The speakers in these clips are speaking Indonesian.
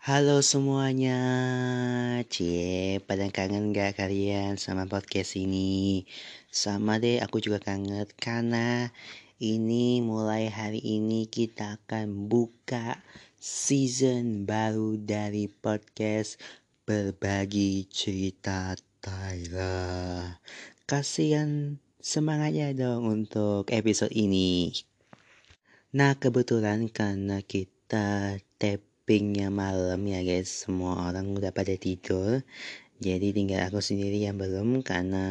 Halo semuanya, pada kangen gak kalian sama podcast ini? Sama deh, aku juga kangen karena ini mulai hari ini kita akan buka season baru dari podcast Berbagi Cerita Tyler. Kasihan semangatnya dong untuk episode ini. Nah, kebetulan karena kita tappingnya malam ya guys, semua orang udah pada tidur. Jadi tinggal aku sendiri yang belum karena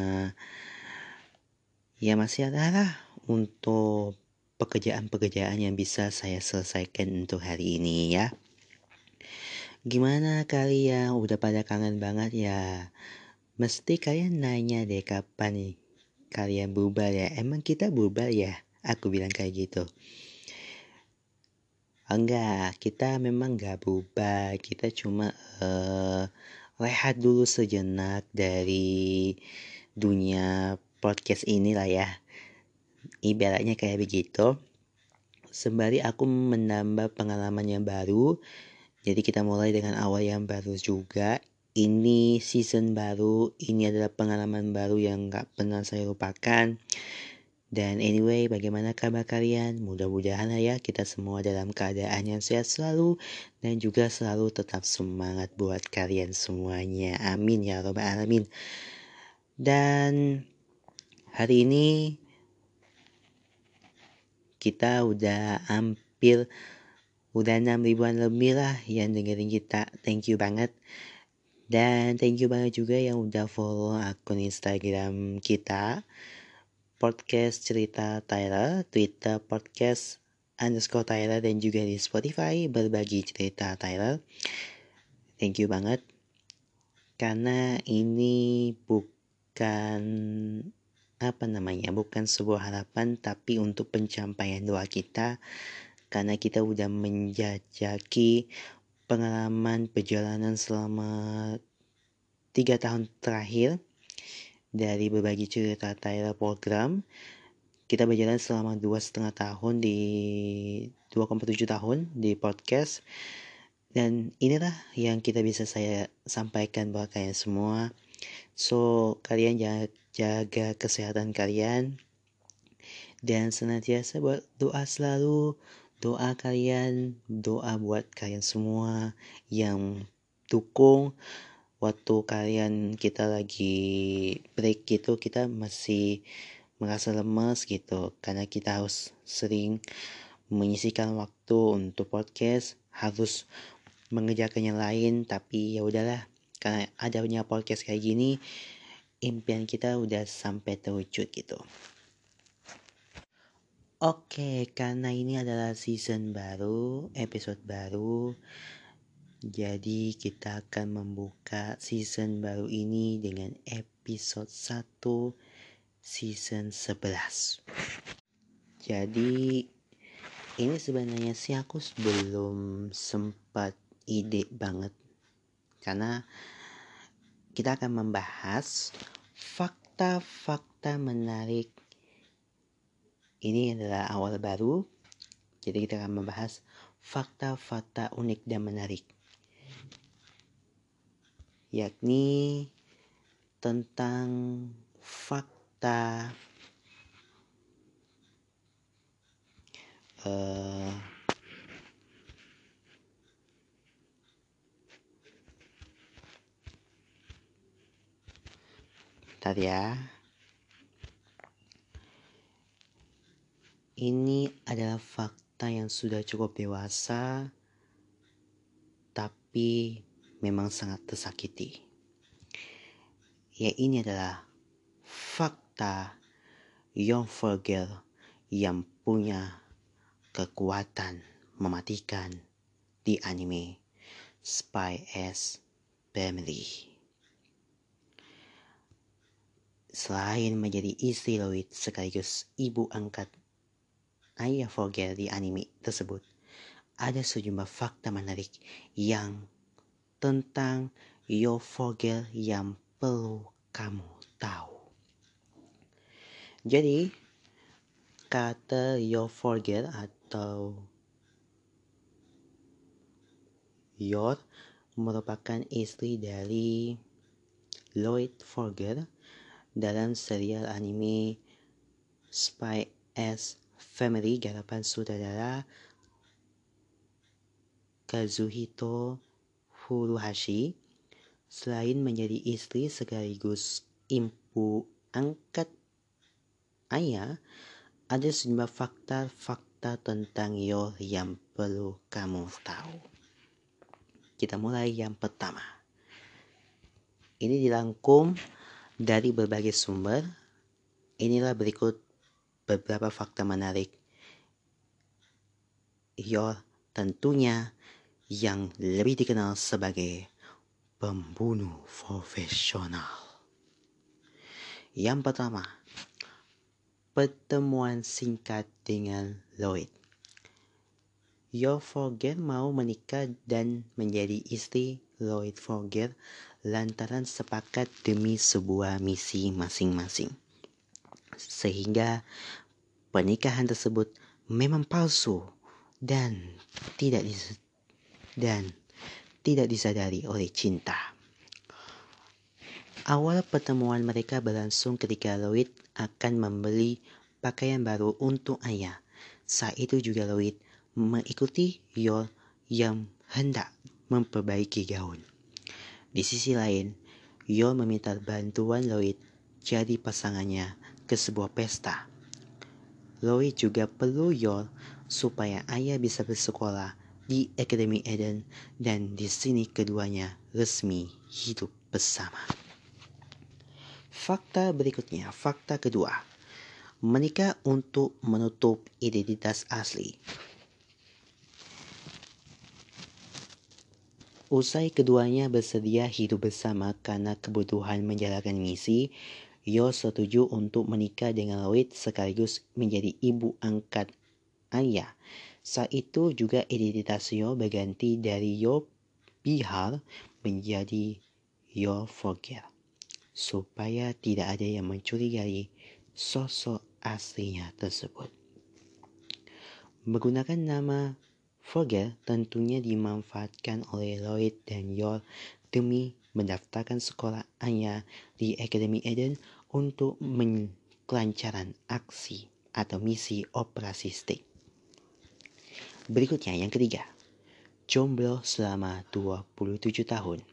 ya masih ada lah untuk pekerjaan-pekerjaan yang bisa saya selesaikan untuk hari ini ya. Gimana kalian? Udah pada kangen banget ya? Mesti kalian nanya deh kapan nih kalian bubar ya? Emang kita bubar ya? Aku bilang kayak gitu. Enggak, kita memang enggak bubar. Kita cuma rehat dulu sejenak dari dunia podcast inilah ya. Ibaratnya kayak begitu. Sembari aku menambah pengalaman yang baru. Jadi kita mulai dengan awal yang baru juga. Ini season baru. Ini adalah pengalaman baru yang gak pernah saya lupakan. Dan anyway, bagaimana kabar kalian? Mudah-mudahan ya kita semua dalam keadaan yang sehat selalu dan juga selalu tetap semangat buat kalian semuanya. Amin ya robbal alamin. Dan hari ini kita udah hampir 6 ribuan lebih lah yang dengerin kita. Thank you banget. Dan thank you banget juga yang udah follow akun Instagram kita, podcast cerita Tyler, Twitter podcast _Tyler, dan juga di Spotify berbagi cerita Tyler. Thank you banget. Karena ini bukan bukan sebuah harapan, tapi untuk pencapaian doa kita. Karena kita udah menjajaki pengalaman perjalanan selama 3 tahun terakhir dari berbagi cerita Tyler program. Kita berjalan selama 2,5 tahun di 2,7 tahun di podcast. Dan inilah yang kita bisa saya sampaikan buat kalian semua. So, kalian jaga kesehatan kalian. Dan senantiasa buat doa selalu. Doa kalian, doa buat kalian semua yang dukung. Waktu kita lagi break gitu, kita masih merasa lemas gitu karena kita harus sering menyisihkan waktu untuk podcast, harus mengerjakan yang lain, tapi ya udahlah, karena adanya podcast kayak gini impian kita udah sampai terwujud gitu. Oke, karena ini adalah season baru, episode baru, jadi kita akan membuka season baru ini dengan episode 1 season 11. Jadi ini sebenarnya sih aku belum sempat ide banget karena kita akan membahas fakta-fakta menarik. Ini adalah awal baru, jadi kita akan membahas fakta-fakta unik dan menarik, yakni tentang fakta bentar ya. Ini adalah fakta yang sudah cukup dewasa, tapi memang sangat tersakiti. Ya, ini adalah fakta Young Forgel yang punya kekuatan mematikan di anime Spy X Family. Selain menjadi istri Lloyd sekaligus ibu angkat ayah Forgel di anime tersebut, ada sejumlah fakta menarik yang tentang Yo Forgel yang perlu kamu tahu. Jadi, kata Yo Forgel atau Yor merupakan istri dari Lloyd Forger dalam serial anime Spy X Family garapan sutradara Kazuhito Furuhashi. Selain menjadi istri sekaligus ibu angkat ayah, ada sejumlah fakta tentang Yor yang perlu kamu tahu. Kita mulai yang pertama. Ini dirangkum dari berbagai sumber. Inilah berikut beberapa fakta menarik Yor tentunya yang lebih dikenal sebagai pembunuh profesional. Yang pertama, pertemuan singkat dengan Lloyd. Yor Forger mau menikah dan menjadi istri Lloyd Forger lantaran sepakat demi sebuah misi masing-masing. Sehingga pernikahan tersebut memang palsu dan tidak disadari oleh cinta. Awal pertemuan mereka berlangsung ketika Lloyd akan membeli pakaian baru untuk ayah. Saat itu juga Lloyd mengikuti Yor yang hendak memperbaiki gaun. Di sisi lain, Yor meminta bantuan Lloyd jadi pasangannya ke sebuah pesta. Lloyd juga perlu Yor supaya ayah bisa bersekolah di Akademi Eden dan di sini keduanya resmi hidup bersama. Fakta berikutnya, fakta kedua. Menikah untuk menutup identitas asli. Usai keduanya bersedia hidup bersama karena kebutuhan menjalankan misi, Yor setuju untuk menikah dengan Lloyd sekaligus menjadi ibu angkat ayah. Saat itu juga identitas Yor berganti dari Yor Bihar menjadi Yor Forger, supaya tidak ada yang mencurigai sosok aslinya tersebut. Menggunakan nama Forger tentunya dimanfaatkan oleh Lloyd dan Yor demi mendaftarkan sekolah ayah di Akademi Eden untuk kelancaran aksi atau misi operasi Stick. Berikutnya yang ketiga, jomblo selama 27 tahun.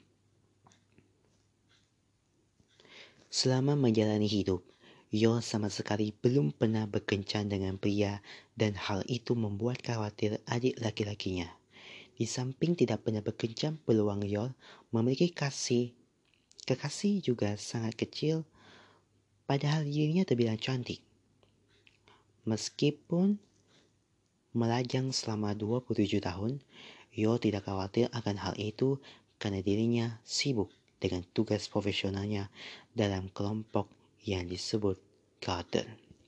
Selama menjalani hidup, Yor sama sekali belum pernah berkencan dengan pria dan hal itu membuat khawatir adik laki-lakinya. Di samping tidak pernah berkencan, peluang Yor memiliki kekasih juga sangat kecil, padahal dirinya terbilang cantik. Meskipun melajang selama 27 tahun, Yor tidak khawatir akan hal itu karena dirinya sibuk dengan tugas profesionalnya dalam kelompok yang disebut Garden.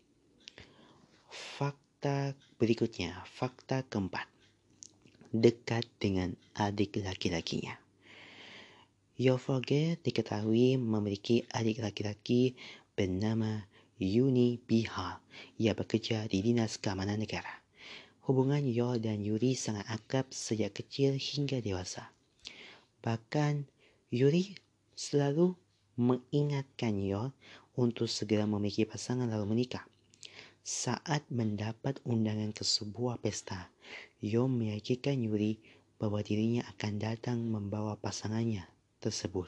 Fakta berikutnya, fakta keempat. Dekat dengan adik laki-lakinya. Yor Forger diketahui memiliki adik laki-laki bernama Yuni Bihar. Ia bekerja di Dinas Keamanan Negara. Hubungan Yor dan Yuri sangat akrab sejak kecil hingga dewasa. Bahkan Yuri selalu mengingatkan Yor untuk segera memiliki pasangan lalu menikah. Saat mendapat undangan ke sebuah pesta, Yor meyakinkan Yuri bahwa dirinya akan datang membawa pasangannya tersebut.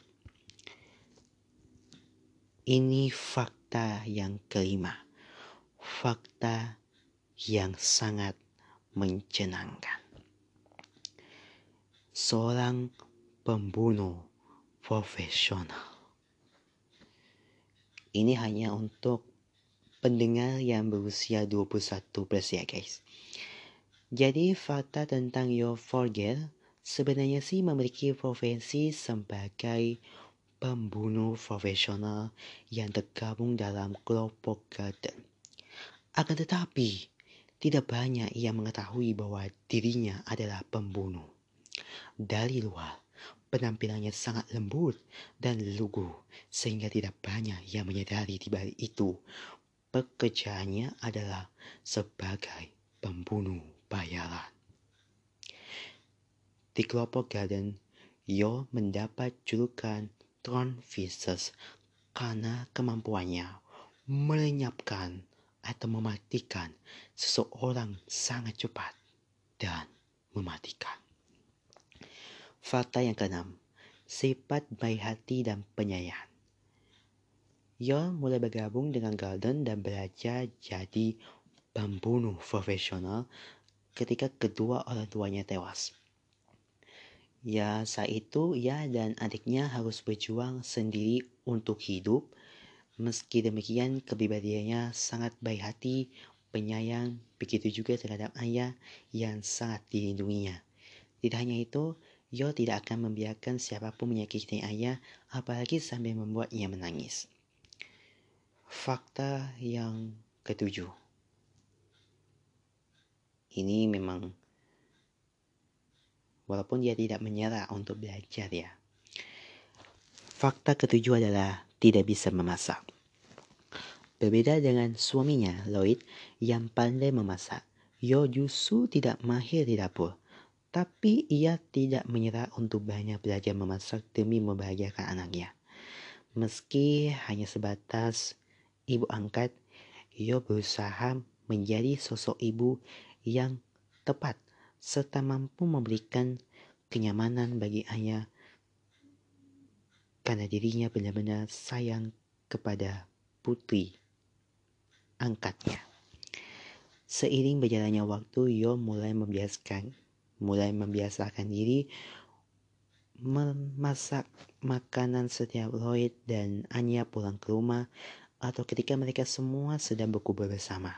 Ini fakta yang kelima. Fakta yang sangat menyenangkan. Seorang pembunuh profesional. Ini hanya untuk pendengar yang berusia 21 plus ya guys. Jadi fakta tentang Yor Forger sebenarnya sih memiliki profesi sebagai pembunuh profesional yang tergabung dalam kelompok Garden. Akan tetapi, tidak banyak yang mengetahui bahwa dirinya adalah pembunuh. Dari luar, penampilannya sangat lembut dan lugu sehingga tidak banyak yang menyadari di balik itu pekerjaannya adalah sebagai pembunuh bayaran. di kelompok Garden, Yo mendapat julukan Throne Fishes karena kemampuannya melenyapkan atau mematikan seseorang sangat cepat dan mematikan. Fakta yang keenam, sifat baik hati dan penyayang. Yo mulai bergabung dengan Garden dan belajar jadi pembunuh profesional ketika kedua orang tuanya tewas. Ya, saat itu ia dan adiknya harus berjuang sendiri untuk hidup. Meski demikian, kepribadiannya sangat baik hati, penyayang, begitu juga terhadap ayah yang sangat dilindunginya. Tidak hanya itu, Yo tidak akan membiarkan siapapun menyakiti ayah, apalagi sampai membuat ia menangis. Fakta yang ketujuh. Ini memang walaupun dia tidak menyerah untuk belajar ya. Fakta ketujuh adalah tidak bisa memasak. Berbeda dengan suaminya, Lloyd, yang pandai memasak, Yo justru tidak mahir di dapur. Tapi ia tidak menyerah untuk banyak belajar memasak demi membahagiakan anaknya. Meski hanya sebatas ibu angkat, Yo berusaha menjadi sosok ibu yang tepat serta mampu memberikan kenyamanan bagi ayah karena dirinya benar-benar sayang kepada putri angkatnya. Seiring berjalannya waktu, Yo mulai membiasakan diri memasak makanan setiap Lloyd dan Anya pulang ke rumah atau ketika mereka semua sedang berkumpul bersama.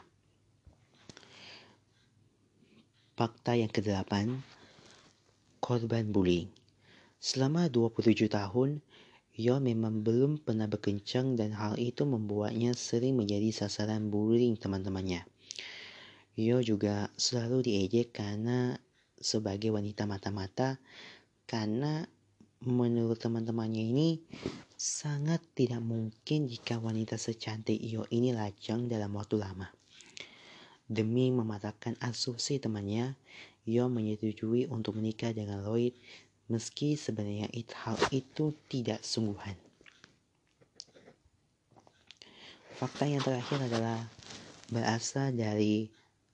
Fakta yang ke-8, korban bullying. Selama 27 tahun, Yo memang belum pernah berkencang dan hal itu membuatnya sering menjadi sasaran bullying teman-temannya. Yo juga selalu diejek karena sebagai wanita mata-mata, karena menurut teman-temannya ini sangat tidak mungkin jika wanita secantik Yo ini lajang dalam waktu lama. Demi mematahkan asumsi temannya, Yo menyetujui untuk menikah dengan Lloyd meski sebenarnya hal itu tidak sungguhan. Fakta yang terakhir adalah berasal dari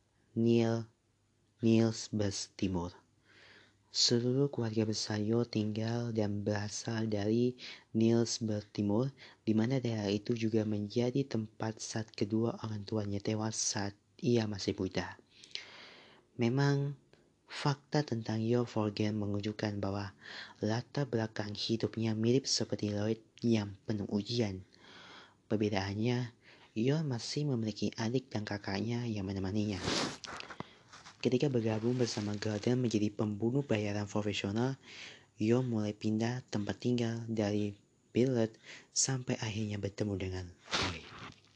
Nielsburg Timur. Seluruh keluarga besar Yo tinggal dan berasal dari Nielsburg Timur, di mana daerah itu juga menjadi tempat saat kedua orang tuanya tewas saat ia masih muda. Memang fakta tentang Yo Forgel menunjukkan bahwa latar belakang hidupnya mirip seperti Lloyd yang penuh ujian. Perbedaannya, Yo masih memiliki adik dan kakaknya yang menemaninya. Ketika bergabung bersama Garden menjadi pembunuh bayaran profesional, Yo mulai pindah tempat tinggal dari Billet sampai akhirnya bertemu dengan Lloyd.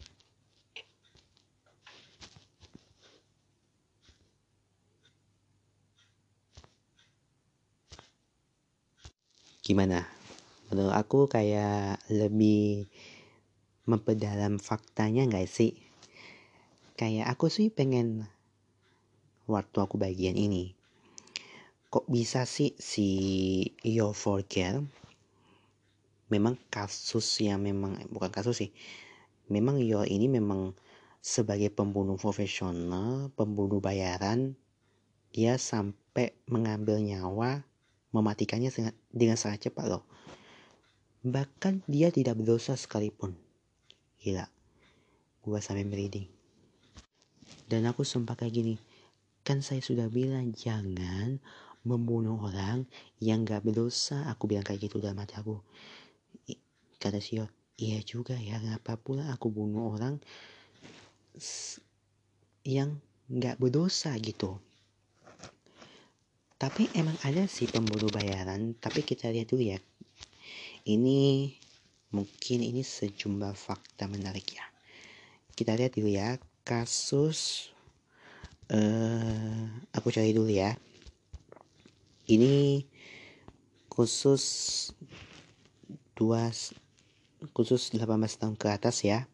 Gimana? Menurut aku kayak lebih memperdalam faktanya gak sih? Kayak aku sih pengen waktu aku bagian ini, kok bisa sih si Yo Forgel memang kasus yang memang bukan kasus sih, memang Yo ini memang sebagai pembunuh profesional, pembunuh bayaran, dia sampai mengambil nyawa, mematikannya dengan sangat cepat loh. Bahkan dia tidak berdosa sekalipun. Gila, gua sampai merinding. Dan aku sumpah kayak gini, kan saya sudah bilang jangan membunuh orang yang gak berdosa. Aku bilang kayak gitu dalam hati aku. Kata si Yo, iya juga ya, ngapa pula aku bunuh orang yang gak berdosa gitu. Tapi emang ada sih pembunuh bayaran, tapi kita lihat dulu ya. Ini mungkin ini sejumlah fakta menarik ya. Kita lihat dulu ya kasus. Aku cari dulu ya. Ini khusus 18 tahun ke atas ya.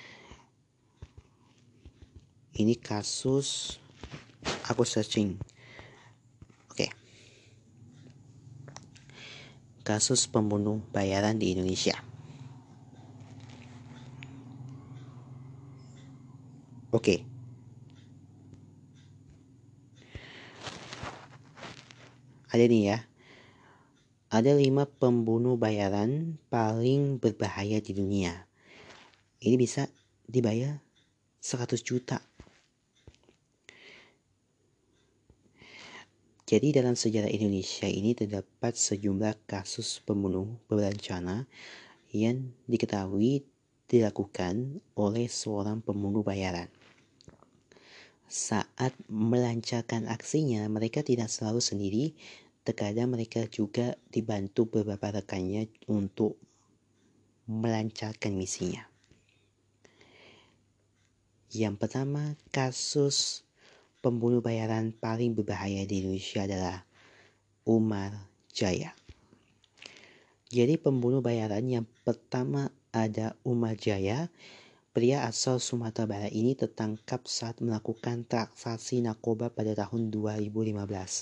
Ini kasus aku searching. Oke. kasus pembunuh bayaran di Indonesia. Oke. Ada nih ya. Ada 5 pembunuh bayaran paling berbahaya di dunia. Ini bisa dibayar 100 juta. Jadi dalam sejarah Indonesia ini terdapat sejumlah kasus pembunuh berencana yang diketahui dilakukan oleh seorang pembunuh bayaran. Saat melancarkan aksinya, mereka tidak selalu sendiri. Terkadang mereka juga dibantu beberapa rekannya untuk melancarkan misinya. Yang pertama, kasus pembunuh bayaran paling berbahaya di Indonesia adalah Umar Jaya. Jadi pembunuh bayaran yang pertama ada Umar Jaya. Pria asal Sumatera Barat ini tertangkap saat melakukan transaksi narkoba pada tahun 2015.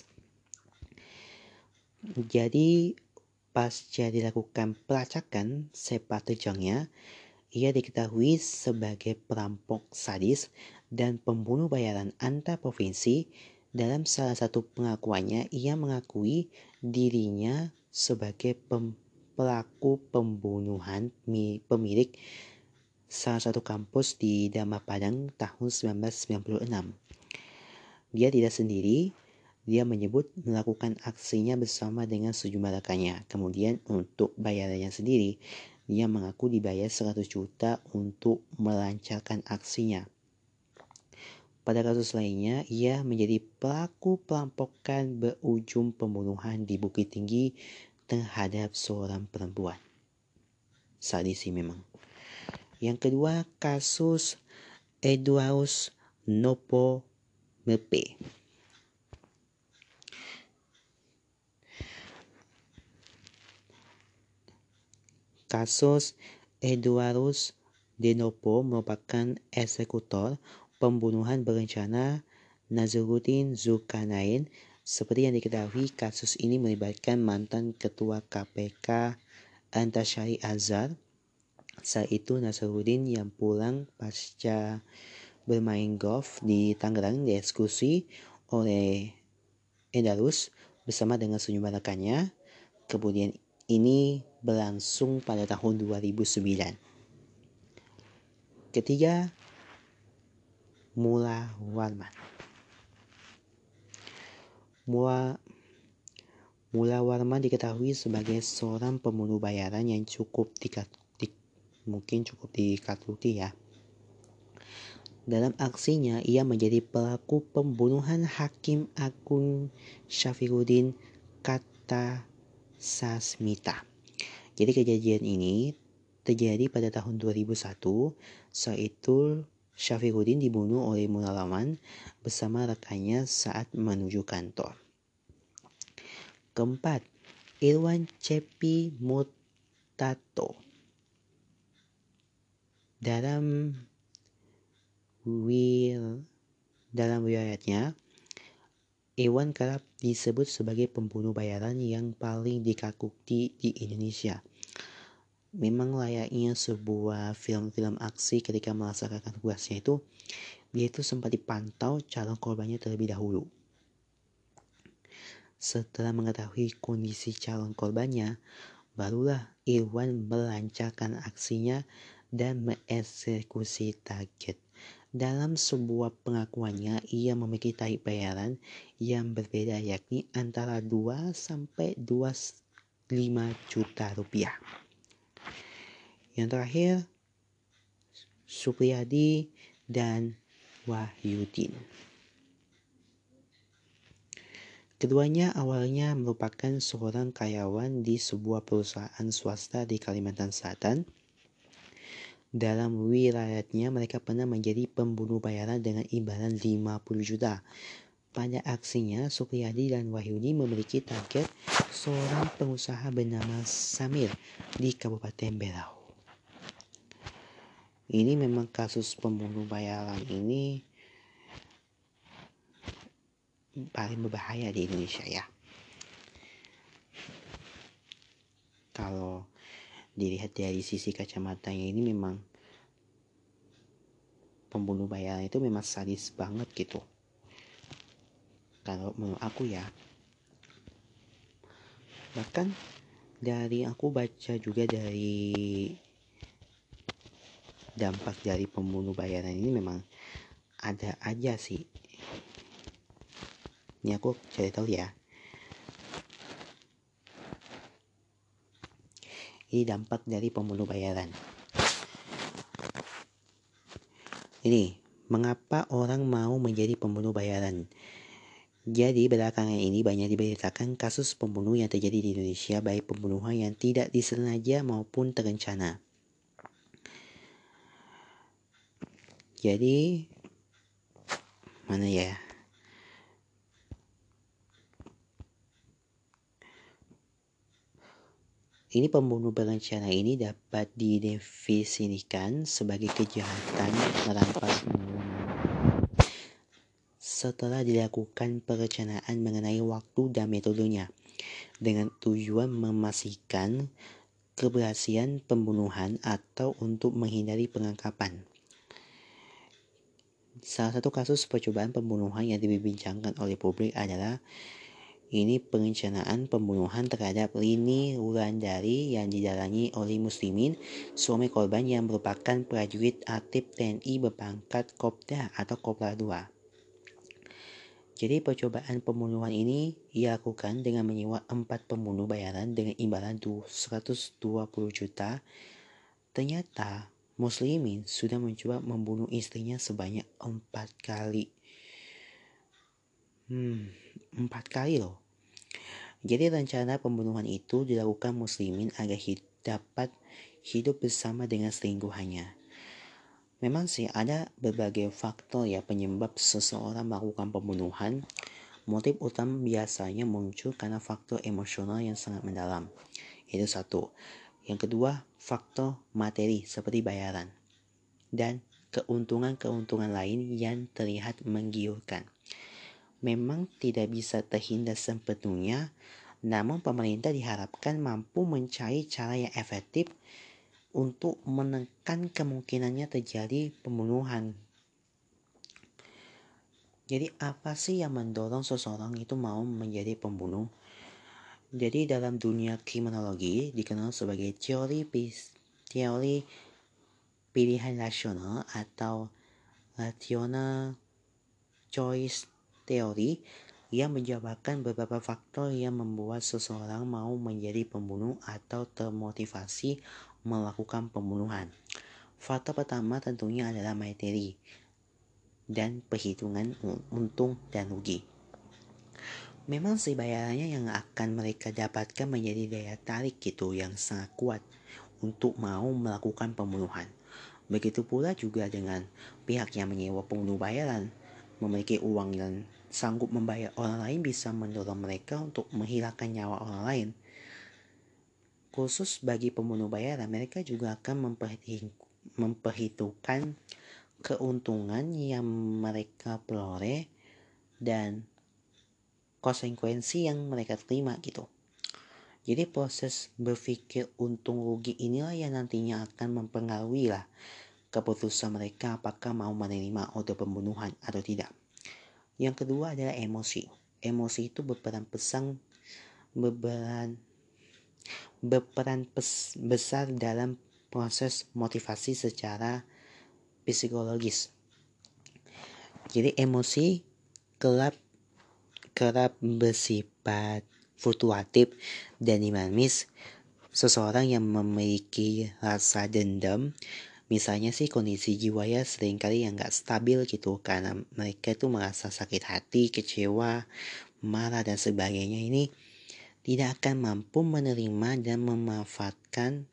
Jadi pasca dilakukan pelacakan sepak terjangnya, ia diketahui sebagai perampok sadis dan pembunuh bayaran antar provinsi. Dalam salah satu pengakuannya, ia mengakui dirinya sebagai pelaku pembunuhan pemilik salah satu kampus di Dharma Padang tahun 1996. Dia tidak sendiri, dia menyebut melakukan aksinya bersama dengan sejumlah rekannya. Kemudian untuk bayarannya sendiri, dia mengaku dibayar 100 juta untuk melancarkan aksinya. Pada kasus lainnya, ia menjadi pelaku perampokan berujung pembunuhan di Bukit Tinggi terhadap seorang perempuan. Sadis sih memang. Yang kedua, kasus Edwarus Nopo Mepe. Kasus Edwarus Denopo merupakan eksekutor pembunuhan berencana Nazaruddin Zulkarnain. Seperti yang diketahui, kasus ini melibatkan mantan ketua KPK Antasyari Azhar. Saat itu Nazaruddin yang pulang pasca bermain golf di Tangerang dieksekusi oleh Edwarus bersama dengan sejumlah rekannya. Kemudian ini berlangsung pada tahun 2009. Ketiga, Mula Warman. Mula Warman diketahui sebagai seorang pembunuh bayaran yang mungkin cukup dikatuti ya. Dalam aksinya, ia menjadi pelaku pembunuhan Hakim Agung Syafiruddin Kartasasmita. Jadi kejadian ini terjadi pada tahun 2001. Saat itu Syafiruddin dibunuh oleh Mula Warman bersama rekannya saat menuju kantor. Keempat, Irwan Cepi Murtato. Dalam riwayatnya, Irwan kerap disebut sebagai pembunuh bayaran yang paling ditakuti di Indonesia. Memang layaknya sebuah film-film aksi, ketika melaksanakan tugasnya itu, dia itu sempat dipantau calon korbannya terlebih dahulu. Setelah mengetahui kondisi calon korbannya, barulah Irwan melancarkan aksinya dan mengeksekusi target. Dalam sebuah pengakuannya, ia memiliki tarif bayaran yang berbeda, yakni antara 2 sampai 25 juta rupiah. Yang terakhir, Supriyadi dan Wahyudin. Keduanya awalnya merupakan seorang karyawan di sebuah perusahaan swasta di Kalimantan Selatan. Dalam riwayatnya, mereka pernah menjadi pembunuh bayaran dengan imbalan 50 juta. Pada aksinya, Supriyadi dan Wahyudi memiliki target seorang pengusaha bernama Samir di Kabupaten Berau. Ini memang kasus pembunuh bayaran ini paling berbahaya di Indonesia ya. kalau dilihat dari sisi kacamatanya ini memang pembunuh bayaran itu memang sadis banget gitu. Kalau menurut aku ya. Bahkan dari aku baca juga dari dampak dari pembunuh bayaran ini memang ada aja sih. Ini aku cari tahu ya. Ini dampak dari pembunuh bayaran. Ini, mengapa orang mau menjadi pembunuh bayaran? Jadi belakangan ini banyak diberitakan kasus pembunuh yang terjadi di Indonesia, baik pembunuhan yang tidak disengaja maupun terencana. Jadi, mana ya? Ini pembunuh berencana ini dapat didefinisikan sebagai kejahatan merampas setelah dilakukan perencanaan mengenai waktu dan metodenya dengan tujuan memastikan keberhasilan pembunuhan atau untuk menghindari penangkapan. Salah satu kasus percobaan pembunuhan yang dibincangkan oleh publik adalah ini perencanaan pembunuhan terhadap Rini Wulandari yang didalangi oleh Muslimin, suami korban yang merupakan prajurit aktif TNI berpangkat Kopda atau Kopral 2. Jadi percobaan pembunuhan ini ia lakukan dengan menyewa 4 pembunuh bayaran dengan imbalan 120 juta. Ternyata Muslimin sudah mencoba membunuh istrinya sebanyak 4 kali. 4 kali loh. Jadi rencana pembunuhan itu dilakukan Muslimin agar dapat hidup bersama dengan selingkuhannya. Memang sih ada berbagai faktor ya penyebab seseorang melakukan pembunuhan. Motif utama biasanya muncul karena faktor emosional yang sangat mendalam. Itu satu. Yang kedua, faktor materi seperti bayaran dan keuntungan-keuntungan lain yang terlihat menggiurkan. Memang tidak bisa terhindar sepenuhnya, namun pemerintah diharapkan mampu mencari cara yang efektif untuk menekan kemungkinannya terjadi pembunuhan. Jadi apa sih yang mendorong seseorang itu mau menjadi pembunuh? Jadi dalam dunia kriminologi dikenal sebagai teori pilihan rasional atau rational choice theory yang menjabarkan beberapa faktor yang membuat seseorang mau menjadi pembunuh atau termotivasi melakukan pembunuhan. Faktor pertama tentunya adalah materi dan perhitungan untung dan rugi. Memang sih bayarannya yang akan mereka dapatkan menjadi daya tarik gitu yang sangat kuat untuk mau melakukan pembunuhan. Begitu pula juga dengan pihak yang menyewa pembunuh bayaran. Memiliki uang yang sanggup membayar orang lain bisa mendorong mereka untuk menghilangkan nyawa orang lain. Khusus bagi pembunuh bayaran, mereka juga akan memperhitungkan keuntungan yang mereka peroleh dan konsekuensi yang mereka terima gitu. Jadi proses berpikir untung rugi inilah yang nantinya akan mempengaruhi lah keputusan mereka apakah mau menerima order pembunuhan atau tidak. Yang kedua adalah emosi. Emosi itu berperan besar dalam proses motivasi secara psikologis. Jadi emosi kerap bersifat fluktuatif dan dinamis. Seseorang yang memiliki rasa dendam, misalnya sih kondisi jiwanya seringkali yang gak stabil gitu, karena mereka itu merasa sakit hati, kecewa, marah dan sebagainya, ini tidak akan mampu menerima dan memaafkan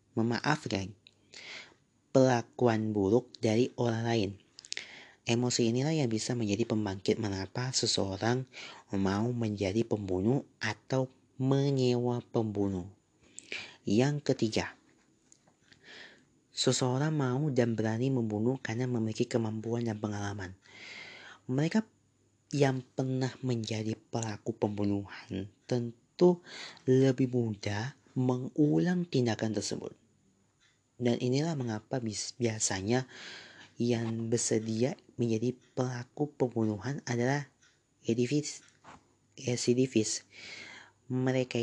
perlakuan buruk dari orang lain. Emosi inilah yang bisa menjadi pembangkit mengapa seseorang mau menjadi pembunuh atau menyewa pembunuh. Yang ketiga, seseorang mau dan berani membunuh karena memiliki kemampuan dan pengalaman. Mereka yang pernah menjadi pelaku pembunuhan tentu lebih mudah mengulang tindakan tersebut. Dan inilah mengapa biasanya yang bersedia menjadi pelaku pembunuhan adalah residivis. Mereka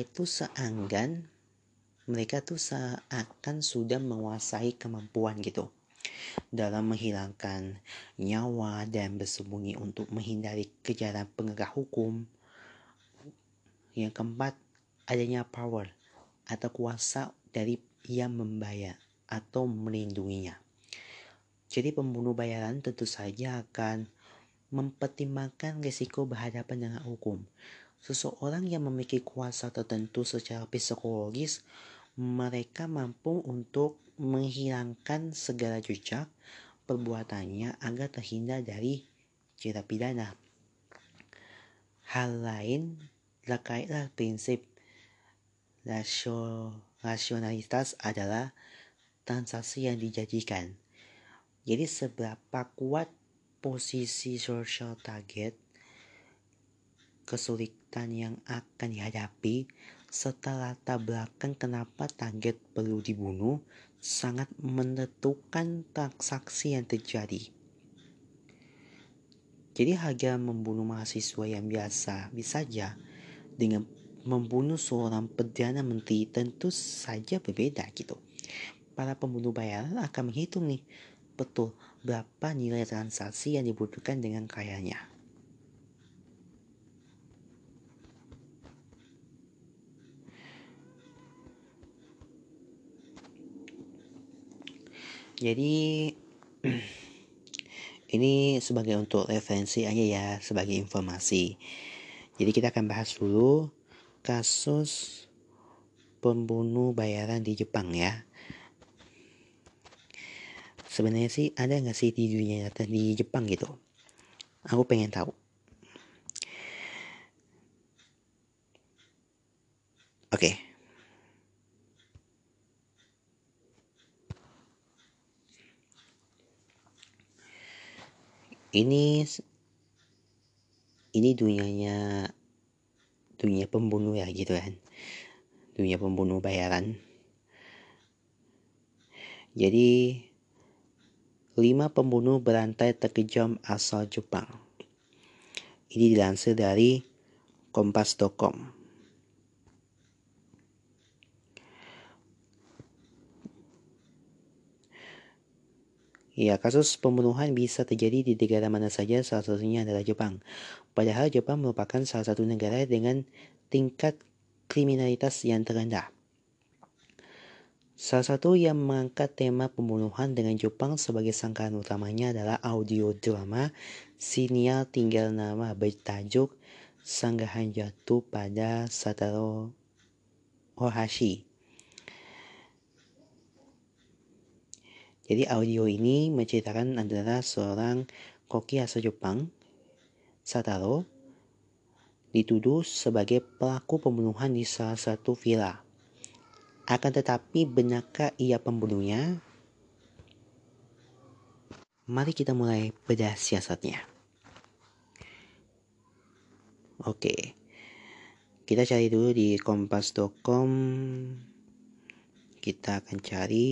tuh seakan sudah menguasai kemampuan gitu dalam menghilangkan nyawa dan bersembunyi untuk menghindari kejaran penegak hukum. Yang keempat, adanya power atau kuasa dari yang membayar atau melindunginya. Jadi pembunuh bayaran tentu saja akan mempertimbangkan risiko berhadapan dengan hukum. Seseorang yang memiliki kuasa tertentu secara psikologis, mereka mampu untuk menghilangkan segala jejak perbuatannya agar terhindar dari jerat pidana. Hal lain terkaitlah prinsip rasionalitas adalah transaksi yang dijanjikan. Jadi seberapa kuat posisi social target, kesulitan yang akan dihadapi, serta latar belakang kenapa target perlu dibunuh sangat menentukan transaksi yang terjadi. Jadi harga membunuh mahasiswa yang biasa saja dengan membunuh seorang Perdana Menteri tentu saja berbeda gitu. Para pembunuh bayaran akan menghitung nih betul berapa nilai transaksi yang dibutuhkan dengan kliennya. Jadi ini sebagai untuk referensi aja ya, sebagai informasi. Jadi kita akan bahas dulu kasus pembunuh bayaran di Jepang ya. Sebenarnya sih ada nggak sih di dunia nyata di Jepang gitu? Aku pengen tahu. Oke. Ini dunia pembunuh ya gitu kan. Dunia pembunuh bayaran. Jadi 5 pembunuh berantai terkejam asal Jepang. Ini dilansir dari kompas.com. Ya, kasus pembunuhan bisa terjadi di negara mana saja, salah satunya adalah Jepang. Padahal Jepang merupakan salah satu negara dengan tingkat kriminalitas yang terendah. Salah satu yang mengangkat tema pembunuhan dengan Jepang sebagai sangkaan utamanya adalah audio drama Sinyal Tinggal Nama bertajuk Sanggahan Jatuh pada Sataro Ohashi. Jadi audio ini menceritakan adalah seorang koki asal Jepang, Sataro, dituduh sebagai pelaku pembunuhan di salah satu villa. Akan tetapi benarkah ia pembunuhnya? Mari kita mulai bedah siasatnya. Oke, kita cari dulu di kompas.com. Kita akan cari.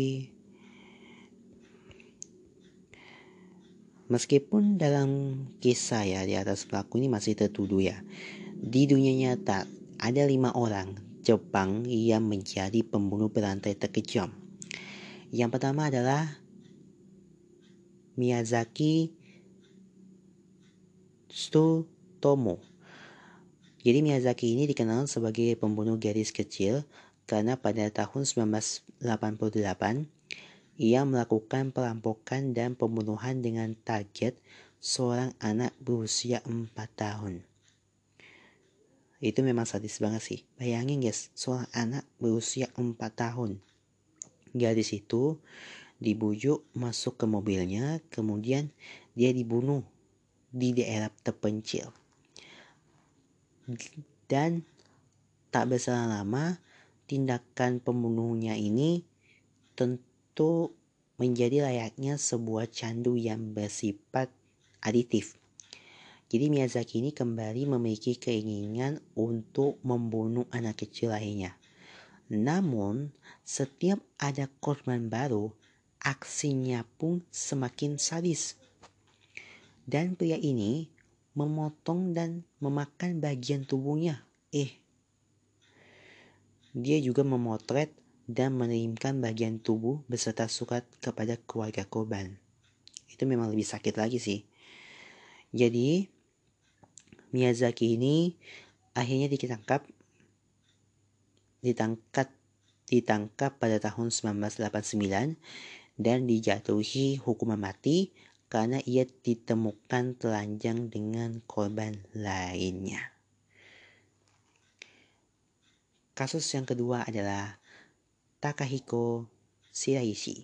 Meskipun dalam kisah ya di atas pelaku ini masih tertuduh ya, di dunia nyata ada 5 orang Jepang yang menjadi pembunuh berantai terkejam. Yang pertama adalah Miyazaki Tsutomu. Jadi Miyazaki ini dikenal sebagai pembunuh gadis kecil karena pada tahun 1988 ia melakukan perampokan dan pembunuhan dengan target seorang anak berusia 4 tahun. Itu memang sadis banget sih. Bayangin guys, seorang anak berusia 4 tahun. Gadis itu dibujuk masuk ke mobilnya, kemudian dia dibunuh di daerah terpencil. Dan tak berselang lama, tindakan pembunuhnya ini tentu menjadi layaknya sebuah candu yang bersifat aditif. Jadi Miyazaki ini kembali memiliki keinginan untuk membunuh anak kecil lainnya. Namun, setiap ada korban baru, aksinya pun semakin sadis. Dan pria ini memotong dan memakan bagian tubuhnya. Dia juga memotret dan mengirimkan bagian tubuh beserta surat kepada keluarga korban. Itu memang lebih sakit lagi sih. Jadi, Miyazaki ini akhirnya ditangkap pada tahun 1989 dan dijatuhi hukuman mati karena ia ditemukan telanjang dengan korban lainnya. Kasus yang kedua adalah Takahiko Shiraishi.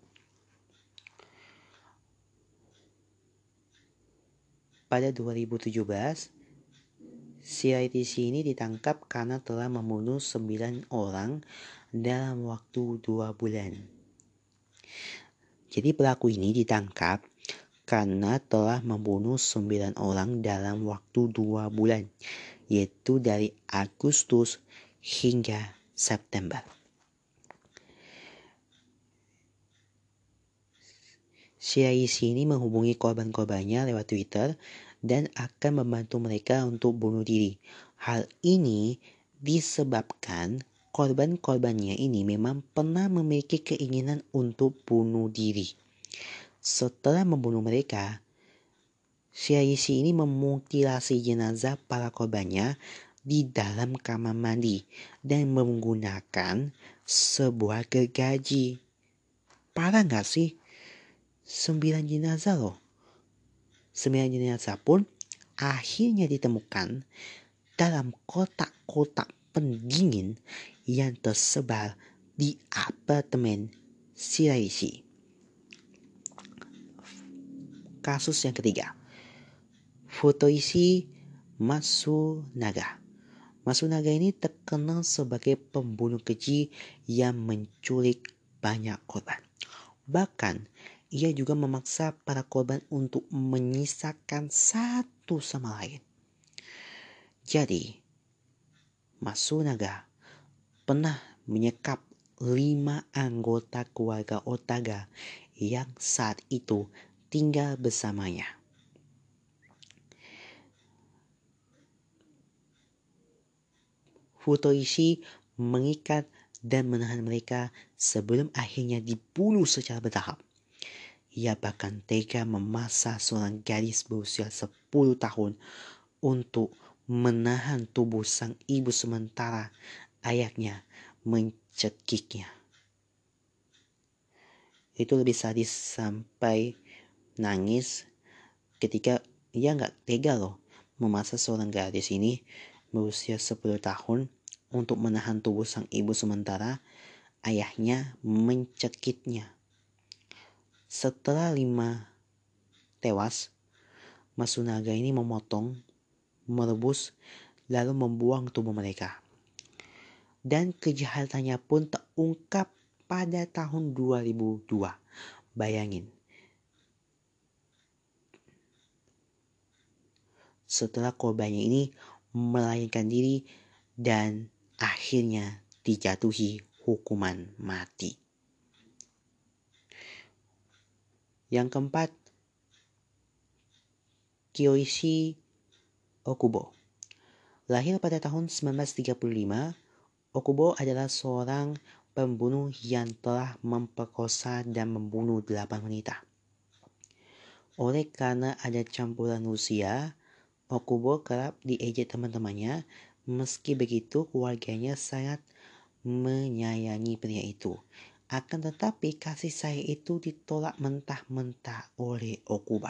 Pada 2017, Shiraishi ini ditangkap karena telah membunuh 9 orang dalam waktu 2 bulan. Jadi pelaku ini ditangkap karena telah membunuh 9 orang dalam waktu 2 bulan, yaitu dari Agustus hingga September. Shiraishi ini menghubungi korban-korbannya lewat Twitter dan akan membantu mereka untuk bunuh diri. Hal ini disebabkan korban-korbannya ini memang pernah memiliki keinginan untuk bunuh diri. Setelah membunuh mereka, Shiraishi ini memutilasi jenazah para korbannya di dalam kamar mandi dan menggunakan sebuah gergaji. Parah gak sih? 9 jenazah loh. 9 jenazah pun akhirnya ditemukan dalam kotak-kotak pendingin yang tersebar di apartemen Shiraishi. Kasus yang ketiga, Futoshi Matsunaga. Matsunaga ini terkenal sebagai pembunuh keji yang menculik banyak korban. Bahkan, ia juga memaksa para korban untuk menyisakan satu sama lain. Jadi, Matsunaga pernah menyekap 5 anggota keluarga Otaga yang saat itu tinggal bersamanya. Futoshi mengikat dan menahan mereka sebelum akhirnya dibunuh secara bertahap. Ia bahkan tega memaksa seorang gadis berusia 10 tahun untuk menahan tubuh sang ibu sementara ayahnya mencekiknya. Itu lebih sadis sampai nangis ketika ia gak tega loh memaksa seorang gadis ini berusia 10 tahun untuk menahan tubuh sang ibu sementara ayahnya mencekiknya. Setelah 5 tewas, Matsunaga ini memotong, merebus, lalu membuang tubuh mereka. Dan kejahatannya pun terungkap pada tahun 2002. Bayangin. Setelah korbannya ini melarikan diri dan akhirnya dijatuhi hukuman mati. Yang keempat, Kiyoshi Okubo. Lahir pada tahun 1935, Okubo adalah seorang pembunuh yang telah memperkosa dan membunuh 8 wanita. Oleh karena ada campuran usia, Okubo kerap diejek teman-temannya. Meski begitu, keluarganya sangat menyayangi pria itu. Akan tetapi kasih sayang itu ditolak mentah-mentah oleh Okubo.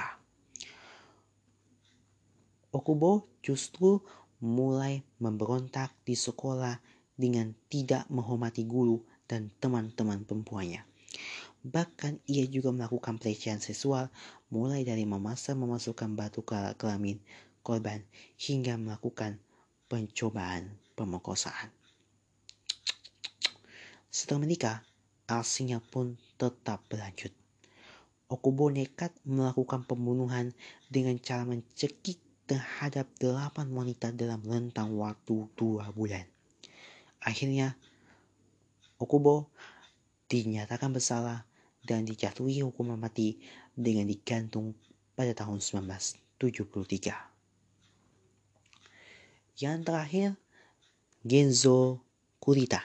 Okubo justru mulai memberontak di sekolah dengan tidak menghormati guru dan teman-teman perempuannya. Bahkan ia juga melakukan pelecehan seksual mulai dari memasukkan batu ke kelamin korban hingga melakukan pencobaan pemerkosaan. Setelah menikah, aksinya pun tetap berlanjut. Okubo nekat melakukan pembunuhan dengan cara mencekik terhadap 8 wanita dalam rentang waktu 2 bulan. Akhirnya, Okubo dinyatakan bersalah dan dijatuhi hukuman mati dengan digantung pada tahun 1973. Yang terakhir, Genzo Kurita.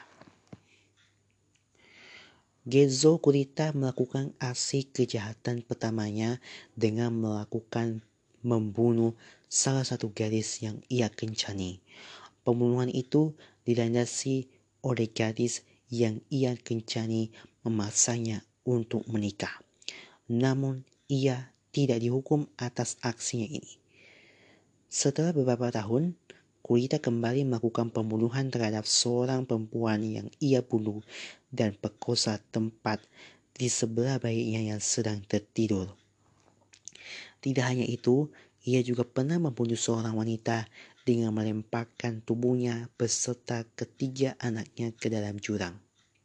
Genzo Kurita melakukan aksi kejahatan pertamanya dengan membunuh salah satu gadis yang ia kencani. Pembunuhan itu dilandasi oleh gadis yang ia kencani memaksanya untuk menikah. Namun ia tidak dihukum atas aksinya ini. Setelah beberapa tahun, Kurita kembali melakukan pembunuhan terhadap seorang perempuan yang ia bunuh dan perkosa tempat di sebelah bayinya yang sedang tertidur. Tidak hanya itu, ia juga pernah membunuh seorang wanita dengan melemparkan tubuhnya beserta ketiga anaknya ke dalam jurang.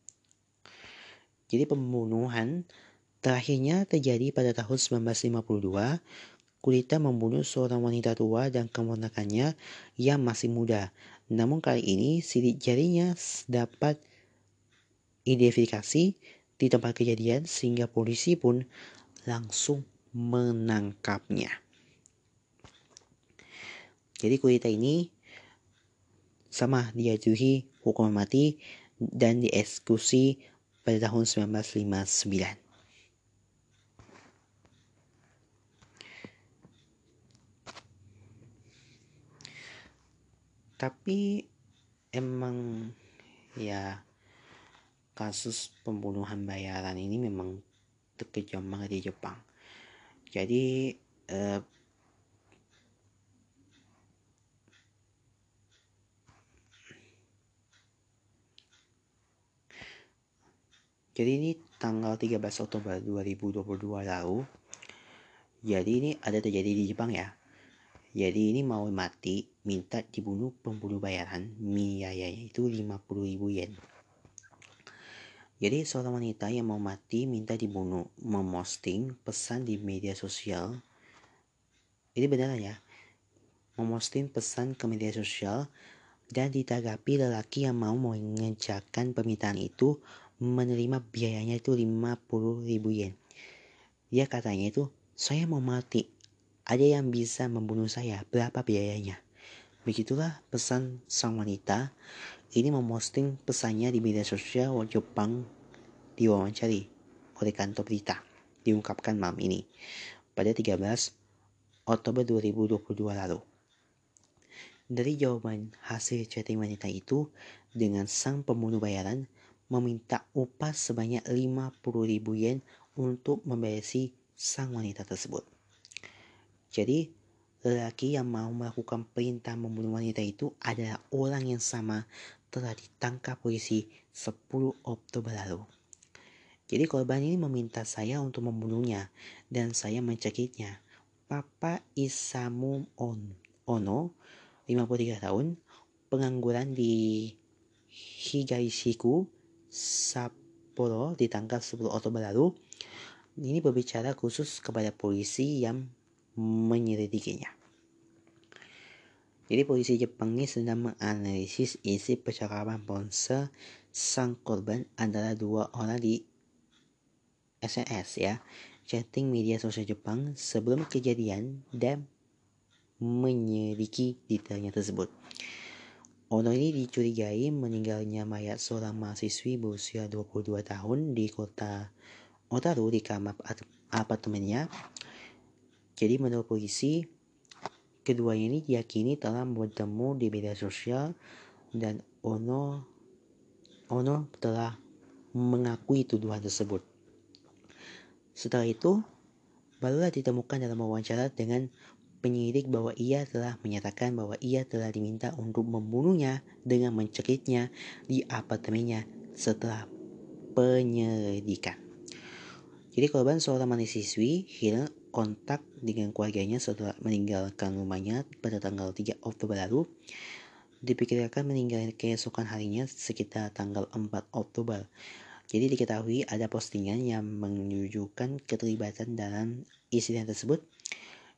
Jadi pembunuhan terakhirnya terjadi pada tahun 1952. Kurita membunuh seorang wanita tua dan keponakannya yang masih muda. Namun kali ini sidik jarinya dapat identifikasi di tempat kejadian sehingga polisi pun langsung menangkapnya. Jadi Kurita ini sama dijatuhi hukuman mati dan dieksekusi pada tahun 1959. Tapi emang ya kasus pembunuhan bayaran ini memang terkejam banget di Jepang. Jadi ini tanggal 13 Oktober 2022 lalu. Jadi ini ada terjadi di Jepang ya. Jadi ini mau mati minta dibunuh pembunuh bayaran, biayanya itu 50.000 yen. Jadi seorang wanita yang mau mati minta dibunuh memosting pesan di media sosial. Ini beneran ya. Memosting pesan ke media sosial dan ditanggapi lelaki yang mau mengerjakan permintaan itu menerima biayanya itu 50.000 yen. Dia katanya itu, saya mau mati. Ada yang bisa membunuh saya, berapa biayanya? Begitulah pesan sang wanita. Ini memposting pesannya di media sosial Jepang diwawancari oleh kantor berita. Diungkapkan malam ini pada 13 Oktober 2022 lalu. Dari jawaban hasil chatting wanita itu dengan sang pembunuh bayaran meminta upah sebanyak 50.000 yen untuk membayari sang wanita tersebut. Jadi lelaki yang mau melakukan perintah membunuh wanita itu adalah orang yang sama telah ditangkap polisi 10 Oktober lalu. Jadi korban ini meminta saya untuk membunuhnya dan saya mencekiknya. Papa Isamu Ono, 53 tahun, pengangguran di Higaishiku, Sapporo, ditangkap 10 Oktober lalu. Ini berbicara khusus kepada polisi yang menyelidikinya. Jadi polisi Jepang ini sedang menganalisis isi percakapan ponsel sang korban adalah dua orang di SNS ya, chatting media sosial Jepang sebelum kejadian dan menyelidiki detailnya tersebut. Ono ini dicurigai meninggalnya mayat seorang mahasiswi berusia 22 tahun di kota Otaru di kamar apartemennya. Jadi menurut polisi, keduanya ini diyakini telah bertemu di media sosial dan Ono telah mengakui tuduhan tersebut. Setelah itu, barulah ditemukan dalam wawancara dengan penyidik bahwa ia telah menyatakan bahwa ia telah diminta untuk membunuhnya dengan mencekiknya di apartemennya setelah penyelidikan. Jadi korban seorang mahasiswi hilang kontak dengan keluarganya setelah meninggalkan rumahnya pada tanggal 3 Oktober lalu. Diperkirakan meninggal keesokan harinya sekitar tanggal 4 Oktober. Jadi diketahui ada postingan yang menunjukkan keterlibatan dalam insiden tersebut.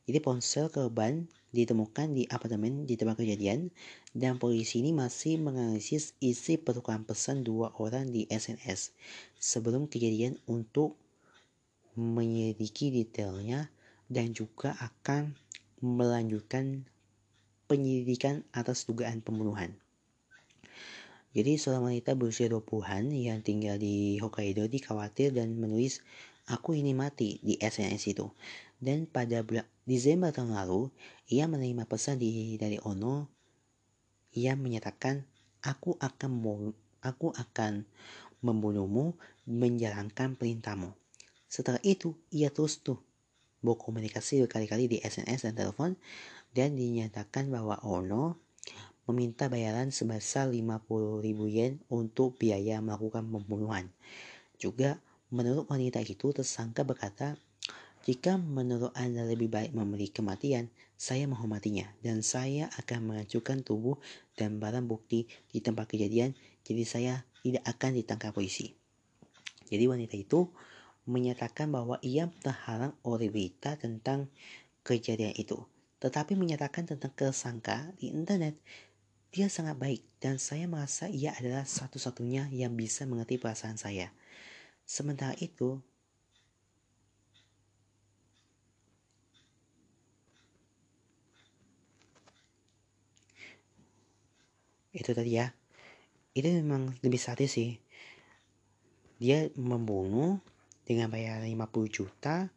Jadi ponsel korban ditemukan di apartemen di tempat kejadian dan polisi ini masih menganalisis isi pertukaran pesan dua orang di SMS sebelum kejadian untuk menyelidiki detailnya dan juga akan melanjutkan penyelidikan atas dugaan pembunuhan. Jadi seorang wanita berusia 20-an yang tinggal di Hokkaido dikhawatir dan menulis "Aku ini mati" di SMS itu. Dan pada bulan Desember tahun lalu, ia menerima pesan dari Ono yang menyatakan aku akan membunuhmu menjalankan perintahmu. Setelah itu, ia terus berkomunikasi berkali-kali di SMS dan telepon dan dinyatakan bahwa Ono meminta bayaran sebesar 50.000 yen untuk biaya melakukan pembunuhan. Juga menurut wanita itu, tersangka berkata, "Jika menurut Anda lebih baik memberi kematian, saya menghormatinya dan saya akan menghancurkan tubuh dan barang bukti di tempat kejadian, jadi saya tidak akan ditangkap polisi." Jadi wanita itu menyatakan bahwa ia terhalang oleh berita tentang kejadian itu, tetapi menyatakan tentang tersangka di internet. Dia sangat baik dan saya merasa ia adalah satu-satunya yang bisa mengerti perasaan saya. Sementara itu tadi ya, itu memang lebih sadis sih. Dia membunuh dengan bayar 50 juta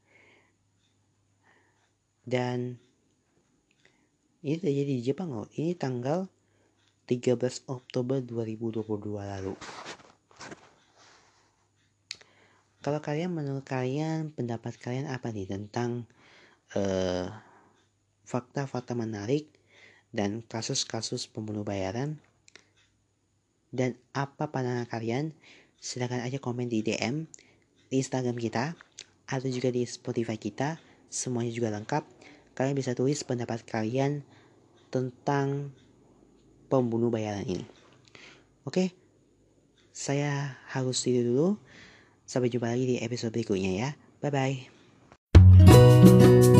dan ini terjadi di Jepang loh. Ini tanggal 13 Oktober 2022 lalu. Kalau menurut kalian, pendapat kalian apa nih tentang fakta-fakta menarik dan kasus-kasus pembunuh bayaran? Dan apa pandangan kalian? Silahkan aja komen di DM, di Instagram kita, atau juga di Spotify kita. Semuanya juga lengkap. Kalian bisa tulis pendapat kalian tentang pembunuh bayaran ini. Oke, saya harus tidur dulu. Sampai jumpa lagi di episode berikutnya ya. Bye-bye.